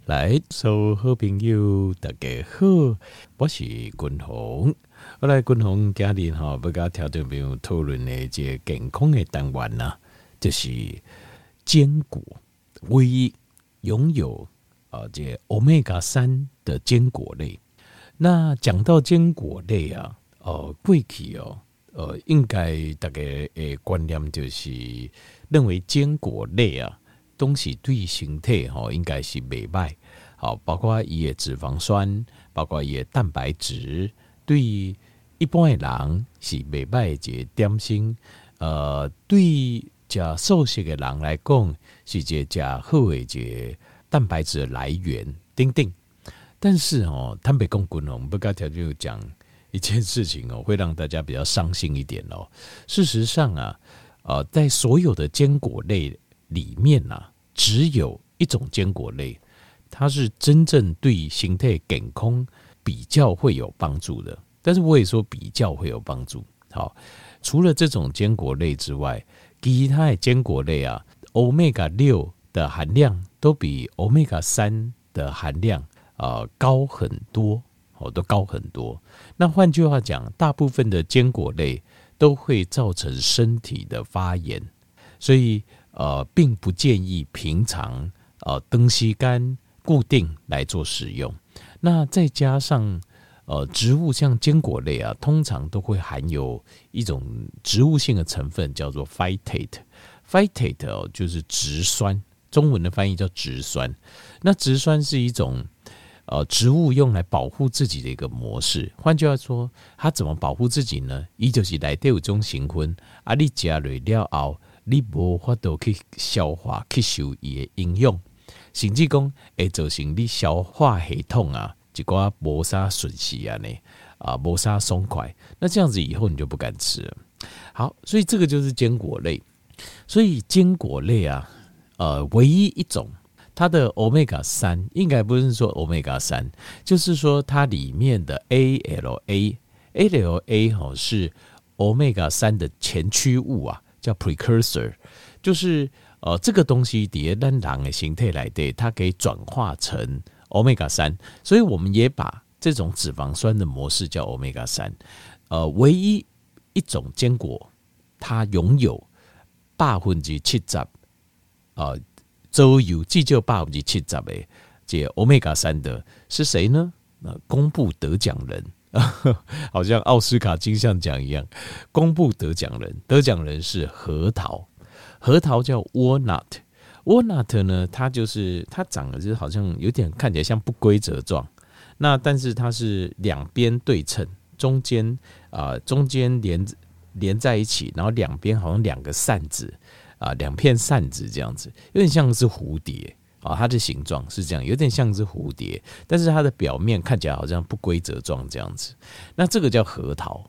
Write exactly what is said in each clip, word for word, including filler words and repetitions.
来，所有好朋友大家好，我是君鸿。我来君鸿今日吼，要甲听众朋友讨论的这个健康的单元呐，就是坚果，唯一拥有啊这欧米伽三的坚果类。那讲到坚果类啊，呃，过去哦，呃，应该大家的观念就是认为坚果类啊。东西对身体吼应该是袂歹，好，包括伊的脂肪酸，包括伊的蛋白质，对一般的人是袂歹的一个点心。呃，对食素食的人来讲，是一个食好的一个蛋白质的来源等等。但是哦，坦白讲，君鸿不甲条就讲一件事情哦，会让大家比较伤心一点哦。事实上啊，呃，在所有的坚果类里面啊，只有一种坚果类，它是真正对身体健康比较会有帮助的。但是我也说比较会有帮助。好，除了这种坚果类之外，其他的坚果类啊，欧米伽六的含量都比欧米伽三的含量呃高很多，哦，都高很多。那换句话讲，大部分的坚果类都会造成身体的发炎，所以呃，并不建议平常呃长时间固定来做使用。那再加上呃植物像坚果类啊，通常都会含有一种植物性的成分，叫做 phytate。phytate 哦，就是植酸，中文的翻译叫植酸。那植酸是一种呃植物用来保护自己的一个模式。换句话说，它怎么保护自己呢？它就是内底有种成分啊，你吃落了后。你无法度去消化吸收伊的营养，甚至讲会造成你消化系统啊一寡无啥顺序啊呢啊无啥爽快，那这样子以后你就不敢吃了。好，所以这个就是坚果类。所以坚果类啊，呃，唯一一种它的欧米伽三，应该不是说欧米伽三，就是说它里面的 A L A，A L A 吼是欧米伽三的前驱物啊。叫 precursor， 就是呃这个东西底下咱人的形态来的，它可以转化成 欧米伽三，所以我们也把这种脂肪酸的模式叫 欧米伽三。呃，唯一一种坚果，它拥有百分之七十，呃，左右至少百分之七十的这欧米伽三的是谁呢？呃，公布得奖人。好像奥斯卡金像奖一样，公布得奖人，得奖人是核桃，核桃叫 walnut，walnut 呢，它就是它长得就是好像有点看起来像不规则状，那但是它是两边对称，中间啊、呃、中间连连在一起，然后两边好像两个扇子啊，两片扇子这样子，有点像是蝴蝶。啊，它的形状是这样，有点像只蝴蝶，但是它的表面看起来好像不规则状这样子。那这个叫核桃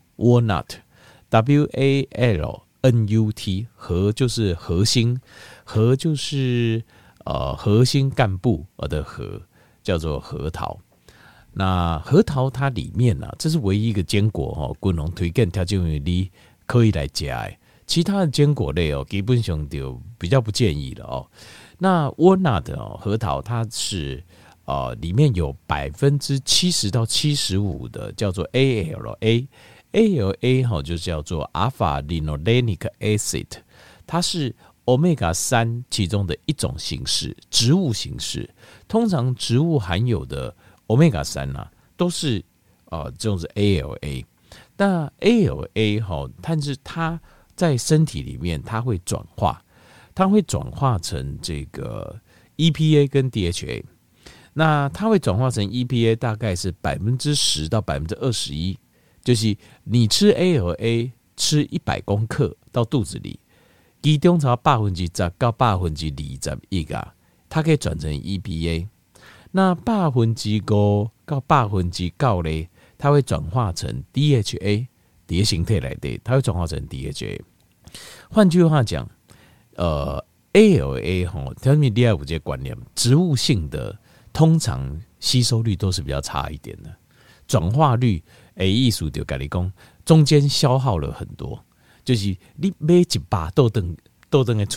，walnut，W A L N U T， 核就是核心，核就是呃核心干部的核，叫做核桃。那核桃它里面啊，这是唯一一个坚果哦，君鸿推荐条件为你可以来吃的，其他的坚果类哦，基本上就比较不建议了哦。那 walnut 哦，核桃它是呃里面有百分之七十到七十五的叫做 A L A，A L A 哈就叫做 alpha linolenic acid， 它是 欧米伽三其中的一种形式，植物形式。通常植物含有的欧米伽三啊，都是呃这种是 A L A。那 A L A 哈，但是它在身体里面它会转化。它会转化成这个 E P A 跟 D H A， 那它会转化成 E P A 大概是百分之十到百分之二十一，就是你吃 A L A 吃一百公克到肚子里，其中才百分之十到百分之二十一个，它可以转成 E P A。那百分之五到百分之九呢，它会转化成 D H A， 的形态来的，它会转化成 D H A。换句话讲。呃 ，A L A 哈，他们第二五节观念，植物性的通常吸收率都是比较差一点的，转化率，诶，艺术就跟你讲，中间消耗了很多，就是你买一把豆灯豆灯的处理，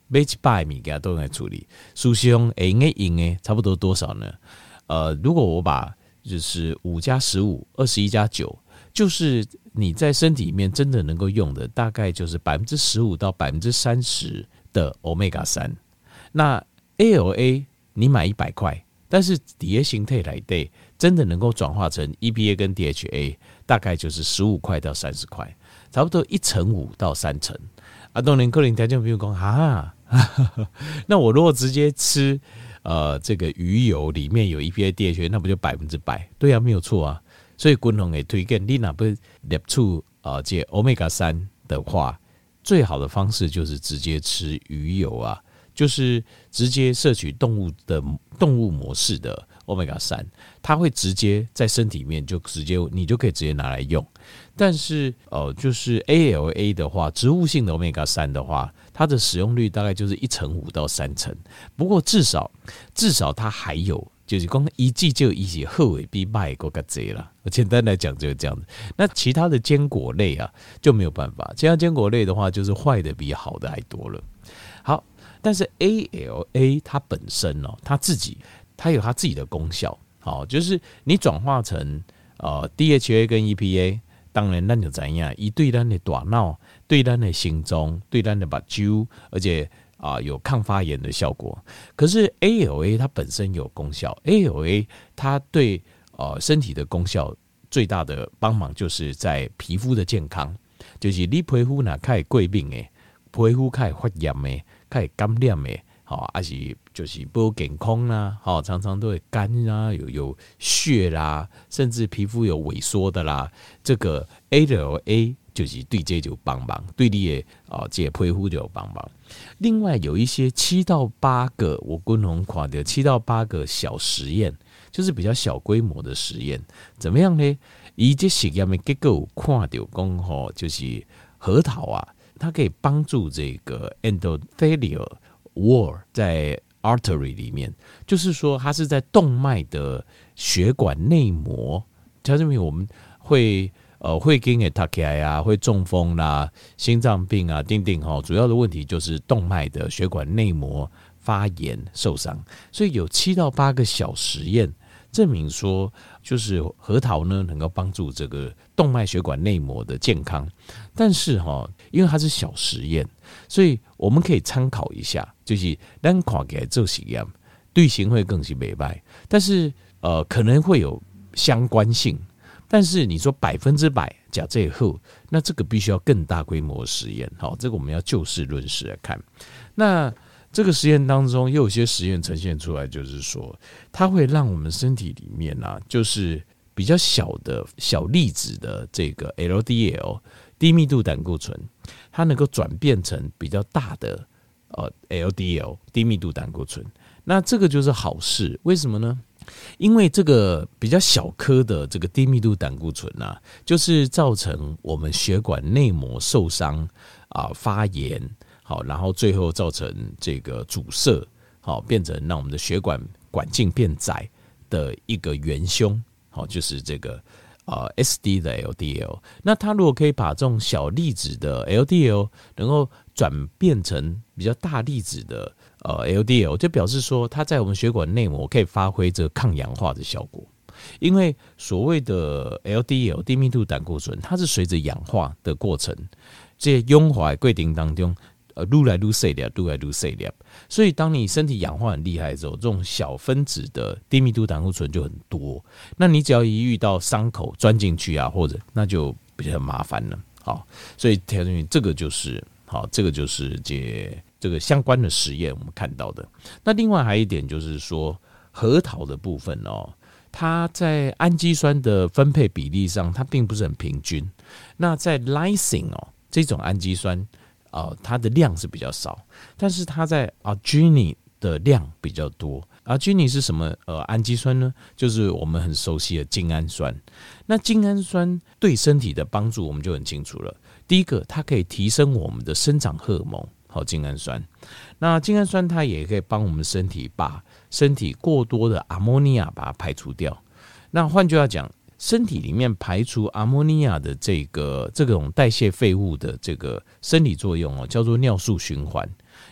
买一百的物件都来处理，事实上会用的用的差不多多少呢？呃，如果我把就是五加十五，二十一加九，就是你在身体里面真的能够用的，大概就是百分之十五到百分之三十的 Omega 三。那 A L A 你买一百块，但是底下形态来对，真的能够转化成 E P A 跟 D H A， 大概就是十五块到三十块，差不多一成五到三成。啊，当然可能条件比如讲啊，那我如果直接吃呃这个鱼油里面有 E P A D H A， 那不就百分之百？对啊，没有错啊。所以均衡也推荐你哪不摄取呃这 Omega 三的话，最好的方式就是直接吃鱼油啊，就是直接摄取动物的动物模式的 Omega 三，它会直接在身体里面就直接你就可以直接拿来用。但是呃，就是 A L A 的话，植物性的 Omega 三的话，它的使用率大概就是一成五到三成。不过至少至少它还有，就是光一剂就一些好的比歹的更多啦。简单来讲就是这样子。那其他的坚果类啊就没有办法，其他坚果类的话就是坏的比好的还多了。好，但是 A L A 它本身哦，它自己它有它自己的功效，好，就是你转化成呃 D H A 跟 E P A。当然，咱就知影，伊对咱的大脑、对咱的心脏、对咱的目睭，而且啊、呃、有抗发炎的效果。可是 A L A 它本身有功效 ，A L A 它对呃身体的功效最大的帮忙就是在皮肤的健康，就是你皮肤哪开过敏的，皮肤开发炎的、开感染的，好，还是就是不健康啦，好，常常都会干啊，有有血啦，甚至皮肤有萎缩的啦，这个 A L A 就是对这就帮忙，对你的啊这皮肤就有帮忙。另外有一些七到八个，我共同看到七到八个小实验，就是比较小规模的实验，怎么样呢？以这实验的结果有看到讲吼，就是核桃啊，它可以帮助这个 endothelial wall 在 artery 里面，就是说它是在动脉的血管内膜，它这边我们会呃会跟给它起来啊，会中风啦、心脏病啊，等等哈，主要的问题就是动脉的血管内膜发炎受伤，所以有七到八个小实验证明说，就是核桃呢能够帮助这个动脉血管内膜的健康，但是哈，因为它是小实验，所以我们可以参考一下，就是咱看起来做实验，对行会更是没败，但是呃可能会有相关性，但是你说百分之百假这后，那这个必须要更大规模的实验，好，这个我们要就事论事来看，那。这个实验当中，又有些实验呈现出来，就是说，它会让我们身体里面啊，就是比较小的小粒子的这个 L D L 低密度胆固醇，它能够转变成比较大的呃 L D L 低密度胆固醇。那这个就是好事，为什么呢？因为这个比较小颗的这个低密度胆固醇啊，就是造成我们血管内膜受伤啊、发炎。好，然后最后造成这个阻塞，好，变成让我们的血管管径变窄的一个元凶，好，就是这个呃 S D 的 L D L。那它如果可以把这种小粒子的 L D L 能够转变成比较大粒子的呃 L D L， 就表示说它在我们血管内膜可以发挥这个抗氧化的效果。因为所谓的 L D L 低密度胆固醇，它是随着氧化的过程，这些氧化的过程当中。呃，愈来愈细粒，愈来愈细粒，所以当你身体氧化很厉害的时候，这种小分子的低密度胆固醇就很多。那你只要一遇到伤口钻进去啊，或者那就比较麻烦了。好，所以条件这个就是好，这个就是这这个相关的实验我们看到的。那另外还有一点就是说，核桃的部分哦，它在氨基酸的分配比例上，它并不是很平均。那在 lysine 哦这种氨基酸。呃、它的量是比较少，但是它在 arginine 的量比较多。arginine 是什么呃氨基酸呢？就是我们很熟悉的精氨酸。那精氨酸对身体的帮助我们就很清楚了。第一个，它可以提升我们的生长荷尔蒙，好，精氨酸。那精氨酸它也可以帮我们身体把身体过多的 ammonia 把它排除掉。那换句话讲，身体里面排除阿莫尼亚的这个这种代谢废物的这个生理作用哦，叫做尿素循环。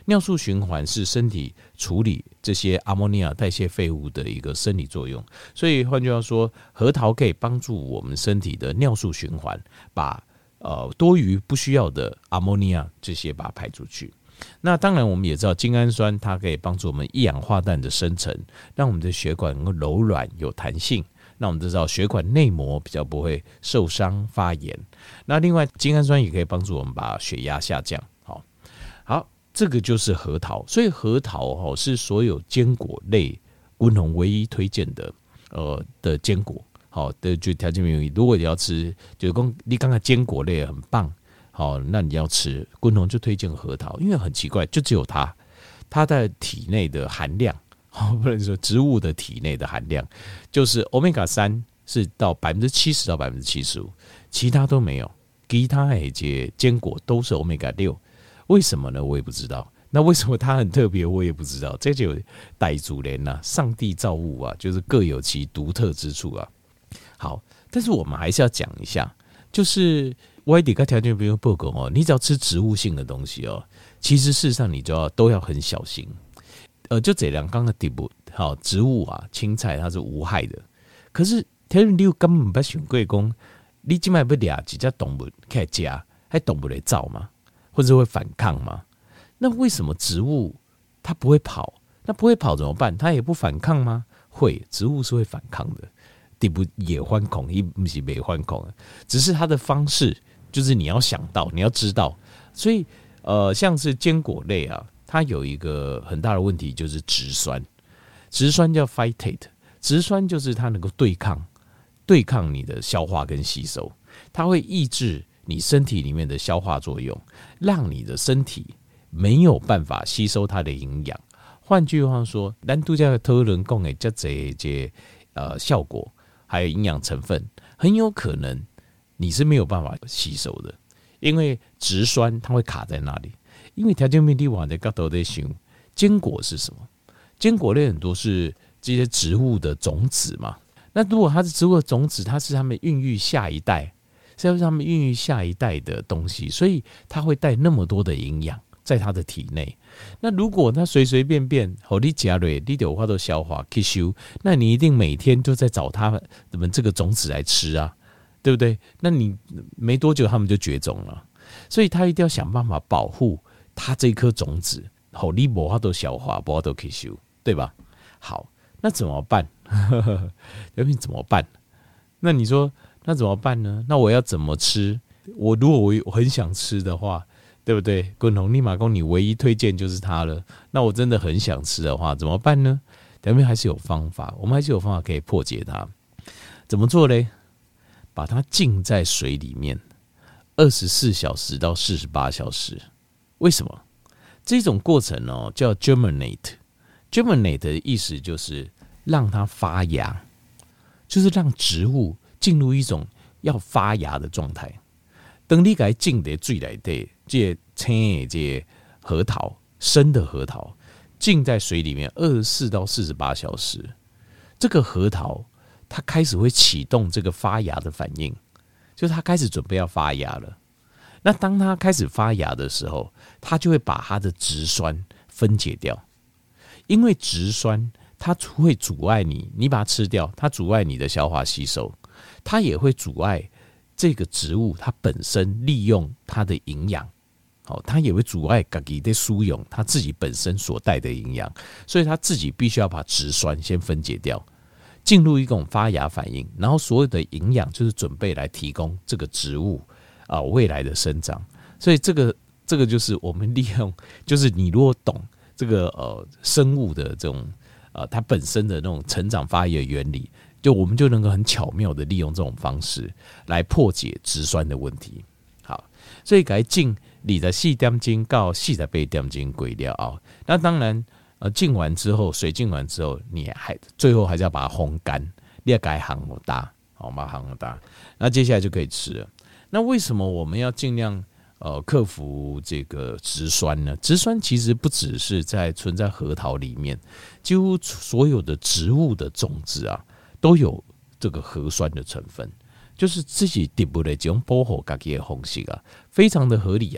尿素循环是身体处理这些阿莫尼亚代谢废物的一个生理作用，所以换句话说，核桃可以帮助我们身体的尿素循环，把呃多余不需要的阿莫尼亚这些把它排出去。那当然我们也知道精氨酸它可以帮助我们一氧化氮的生成，让我们的血管能够柔软有弹性，那我们知道血管内膜比较不会受伤发炎。那另外精氨酸也可以帮助我们把血压下降。好，好，这个就是核桃。所以核桃是所有坚果类温红唯一推荐的呃的坚果。好的，就条件没有，如果你要吃，就是说你刚才坚果类很棒，好，那你要吃滚红就推荐核桃，因为很奇怪，就只有它，它在体内的含量，不能说植物的体内的含量，就是 欧米伽三 是到百分之七十到百分之七十五，其他都没有，其他那些坚果都是 欧米伽六，为什么呢？我也不知道。那为什么它很特别，我也不知道。这就有傣族人啊，上帝造物啊，就是各有其独特之处啊。好，但是我们还是要讲一下，就是我底个条件不用报告哦，你只要吃植物性的东西哦，其实事实上你就要都要很小心。呃，就这两刚的底部，好，植物啊，青菜它是无害的，可是条件你根本不想过讲，你今麦不俩几只动物开始吃，还动物来造吗？或者会反抗吗？那为什么植物它不会跑？那不会跑怎么办？它也不反抗吗？会，植物是会反抗的。地不也欢恐，也不是没欢恐，只是它的方式就是你要想到，你要知道。所以呃，像是坚果类啊，它有一个很大的问题就是植酸，植酸叫 phytate， 植酸就是它能够对抗对抗你的消化跟吸收，它会抑制你身体里面的消化作用，让你的身体没有办法吸收它的营养。换句话说，咱都在讨论讲的这这这呃效果。还有营养成分，很有可能你是没有办法吸收的，因为植酸它会卡在那里。因为条件面地往的角度在想，坚果是什么？坚果类很多是这些植物的种子嘛。那如果它是植物的种子，它是他们孕育下一代，是他们孕育下一代的东西，所以它会带那么多的营养在它的体内。那如果它随随便便好你加瑞你有法都消化吸收，那你一定每天都在找它们这个种子来吃啊，对不对？那你没多久它们就绝种了，所以它一定要想办法保护它这颗种子，好你没法都消化，没法都吸收，对吧？好，那怎么办？要不怎么办？那你说那怎么办呢？那我要怎么吃？我如果我很想吃的话，对不对？滚红立马公，你唯一推荐就是它了。那我真的很想吃的话，怎么办呢？前面还是有方法，我们还是有方法可以破解它。怎么做嘞？把它浸在水里面二十四小时到四十八小时。为什么？这种过程哦叫 germinate。germinate 的意思就是让它发芽，就是让植物进入一种要发芽的状态。等你给它浸在水里底，这青的这核桃，生的核桃，浸在水里面二十四到四十八小时，这个核桃它开始会启动这个发芽的反应，就是它开始准备要发芽了。那当它开始发芽的时候，它就会把它的植酸分解掉，因为植酸它会阻碍你，你把它吃掉，它阻碍你的消化吸收，它也会阻碍这个植物它本身利用它的营养，好，它也会阻碍自己的输用它自己本身所带的营养，所以它自己必须要把植酸先分解掉，进入一种发芽反应，然后所有的营养就是准备来提供这个植物啊、呃、未来的生长。所以这个这个就是我们利用，就是你如果懂这个呃生物的这种呃它本身的那种成长发育的原理，就我们就能够很巧妙的利用这种方式来破解植酸的问题。好，所以改浸二十四点钟到四十八点钟过了后，那当然呃浸完之后，水浸完之后，你还最后还是要把它烘干，你要改行我搭，好吗？行我搭，那接下来就可以吃了。那为什么我们要尽量呃克服这个植酸呢？植酸其实不只是在存在核桃里面，几乎所有的植物的种子啊都有这个核酸的成分，就是自己得不来这种保护自己的方式啊，非常的合理啊。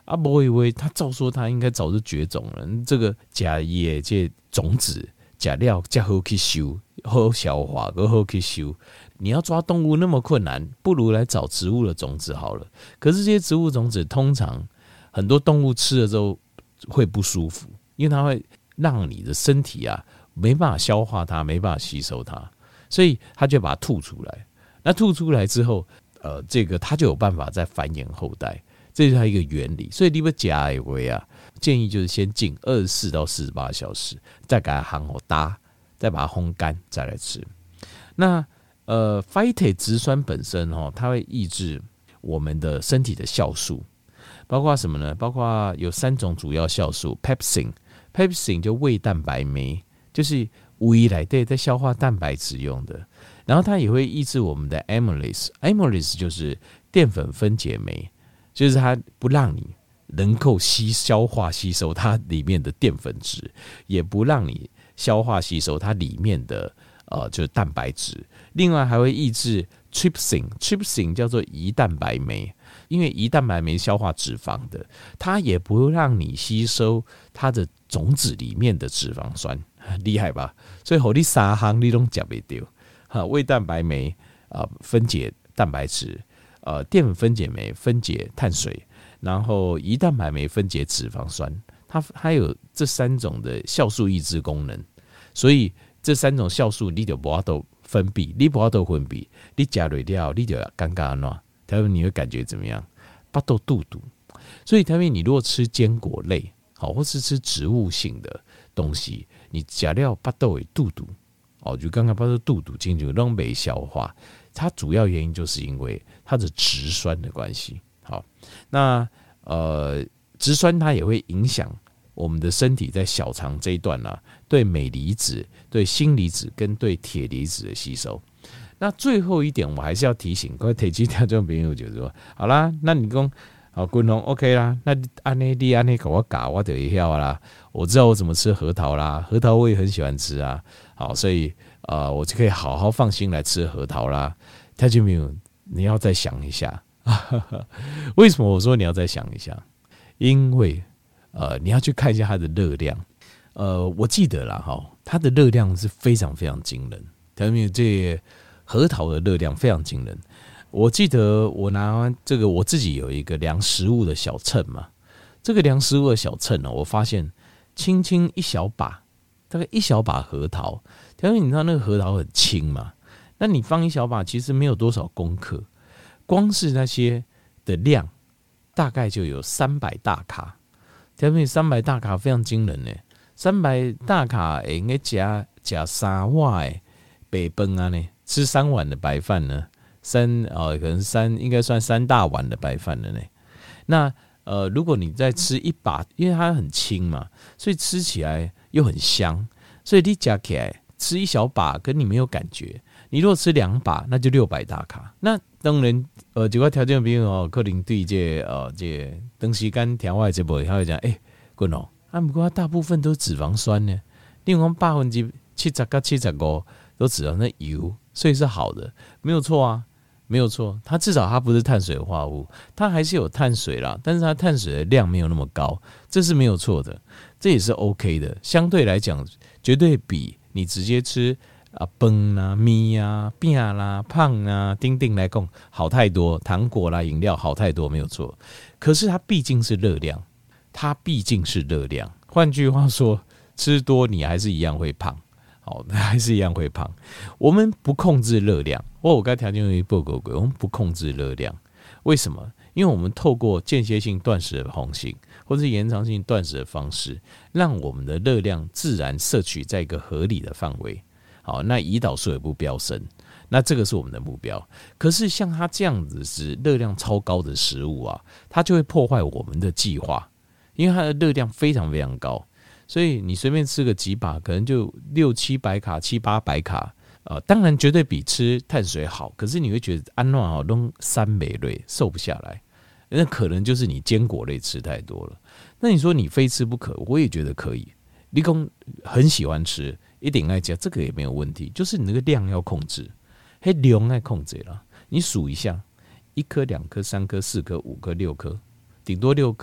啊，不以为他照说他应该早就绝种了。这个假叶这种子假料较好去收，好消化，更好去收。你要抓动物那么困难，不如来找植物的种子好了。可是这些植物种子通常很多动物吃了之后会不舒服，因为它会让你的身体啊没办法消化它，没办法吸收它，所以它就把它吐出来。那吐出来之后，呃，这个它就有办法再繁衍后代。这是它一个原理，所以你要加的话啊，建议就是先浸二十四到四十八小时，再给它烘好搭，再把它烘干，再来吃。那呃 ，phytate 植酸本身哦，它会抑制我们的身体的酵素，包括什么呢？包括有三种主要酵素 ，pepsin，pepsin 就胃蛋白酶，就是胃来对在消化蛋白质用的。然后它也会抑制我们的 amylase，amylase 就是淀粉分解酶。就是它不让你能够吸消化吸收它里面的淀粉质，也不让你消化吸收它里面的呃就是蛋白质。另外还会抑制 trypsin，trypsin 叫做胰蛋白酶，因为胰蛋白酶消化脂肪的，它也不会让你吸收它的种子里面的脂肪酸，厉害吧？所以好你三行你都吃不到。哈，胃蛋白酶啊、呃、分解蛋白质。呃，淀粉分解酶分解碳水，然后胰蛋白酶分解脂肪酸，它它有这三种的酵素抑制功能，所以这三种酵素你就不要都分泌，你不要都分泌，你加入掉，你就尴尬喏，他们你会感觉怎么样？巴豆肚肚，所以他们你如果吃坚果类，好，或是吃植物性的东西，你加料巴豆的肚肚，哦，就刚刚巴豆肚肚进去让没消化。它主要原因就是因为它的植酸的关系。好，那呃，植酸它也会影响我们的身体在小肠这一段啊，对镁离子、对锌离子跟对铁离子的吸收。那最后一点，我还是要提醒各位体质听众朋友，就是说，好啦，那你讲好滚龙 OK 啦，那按呢你按呢给我搞，我就会晓啦。我知道我怎么吃核桃啦，核桃我也很喜欢吃啊。好，所以呃，我就可以好好放心来吃核桃啦。听众朋友，你要再想一下，为什么我说你要再想一下？因为呃，你要去看一下它的热量。呃，我记得啦，哈，它的热量是非常非常惊人。听众朋友，这核桃的热量非常惊人。我记得我拿这个我自己有一个量食物的小秤嘛，这个量食物的小秤呢，我发现轻轻一小把，大概一小把核桃，因为你知道那个核桃很轻嘛，那你放一小把其实没有多少公克，光是那些的量大概就有三百大卡，因为三百大卡非常惊人呢，三百大卡会应该加加三碗的白饭啊呢，吃三碗的白饭呢。三呃，可能三应该算三大碗的白饭了呢。那呃，如果你再吃一把，因为它很轻嘛，所以吃起来又很香，所以你加起来吃一小把，跟你没有感觉。你如果吃两把，那就六百大卡。那当然，呃，这个条件朋友哦，可能对这呃这长时间调外这部，他会讲，哎、欸，滚哦，啊，不过大部分都是脂肪酸呢，例如百分之七十到七十五都脂肪的油，所以是好的，没有错啊。没有错，它至少它不是碳水化合物，它还是有碳水啦，但是它碳水的量没有那么高，这是没有错的，这也是 OK 的。相对来讲，绝对比你直接吃啊饭啦、米啊、饼啦、胖啊、丁丁来讲好太多，糖果啦、饮料好太多，没有错。可是它毕竟是热量，它毕竟是热量。换句话说，吃多你还是一样会胖。好，还是一样会胖。我们不控制热量，我刚才条件有一报告过，我们不控制热量，为什么？因为我们透过间歇性断食的方式，或是延长性断食的方式，让我们的热量自然摄取在一个合理的范围。好，那胰岛素也不飙升，那这个是我们的目标。可是像它这样子是热量超高的食物啊，它就会破坏我们的计划，因为它的热量非常非常高。所以你随便吃个几把，可能就六七百卡、七八百卡，呃，当然绝对比吃碳水好。可是你会觉得安暖好弄三美类瘦不下来，那可能就是你坚果类吃太多了。那你说你非吃不可，我也觉得可以。你讲很喜欢吃，一定爱加，这个也没有问题，就是你那个量要控制，嘿量要控制啦。你数一下，一颗、两颗、三颗、四颗、五颗、六颗，顶多六颗。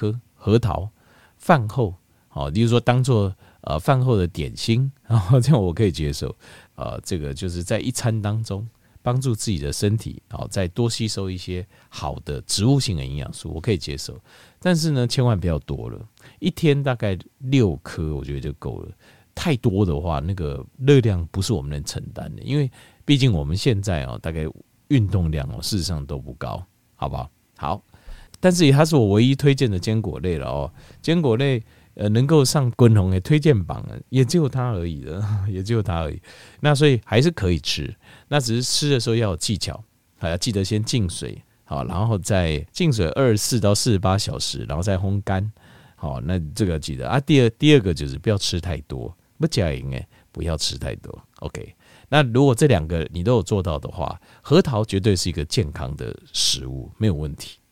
核桃饭后，好，例如说当做呃饭后的点心，然后这样我可以接受。呃，这个就是在一餐当中帮助自己的身体，好，再多吸收一些好的植物性的营养素，我可以接受。但是呢，千万不要多了，一天大概六颗，我觉得就够了。太多的话，那个热量不是我们能承担的，因为毕竟我们现在哦，大概运动量哦，事实上都不高，好不好？好，但是它是我唯一推荐的坚果类了哦，坚果类呃能够上滚红的推荐榜，也只有它而已了，也只有它而已。那所以还是可以吃，那只是吃的时候要有技巧，还要记得先浸水，好，然后再浸水二十四到四十八小时，然后再烘干。好，那这个记得啊。第二第二个就是不要吃太多，不加营哎，不要吃太多。OK， 那如果这两个你都有做到的话，核桃绝对是一个健康的食物，没有问题。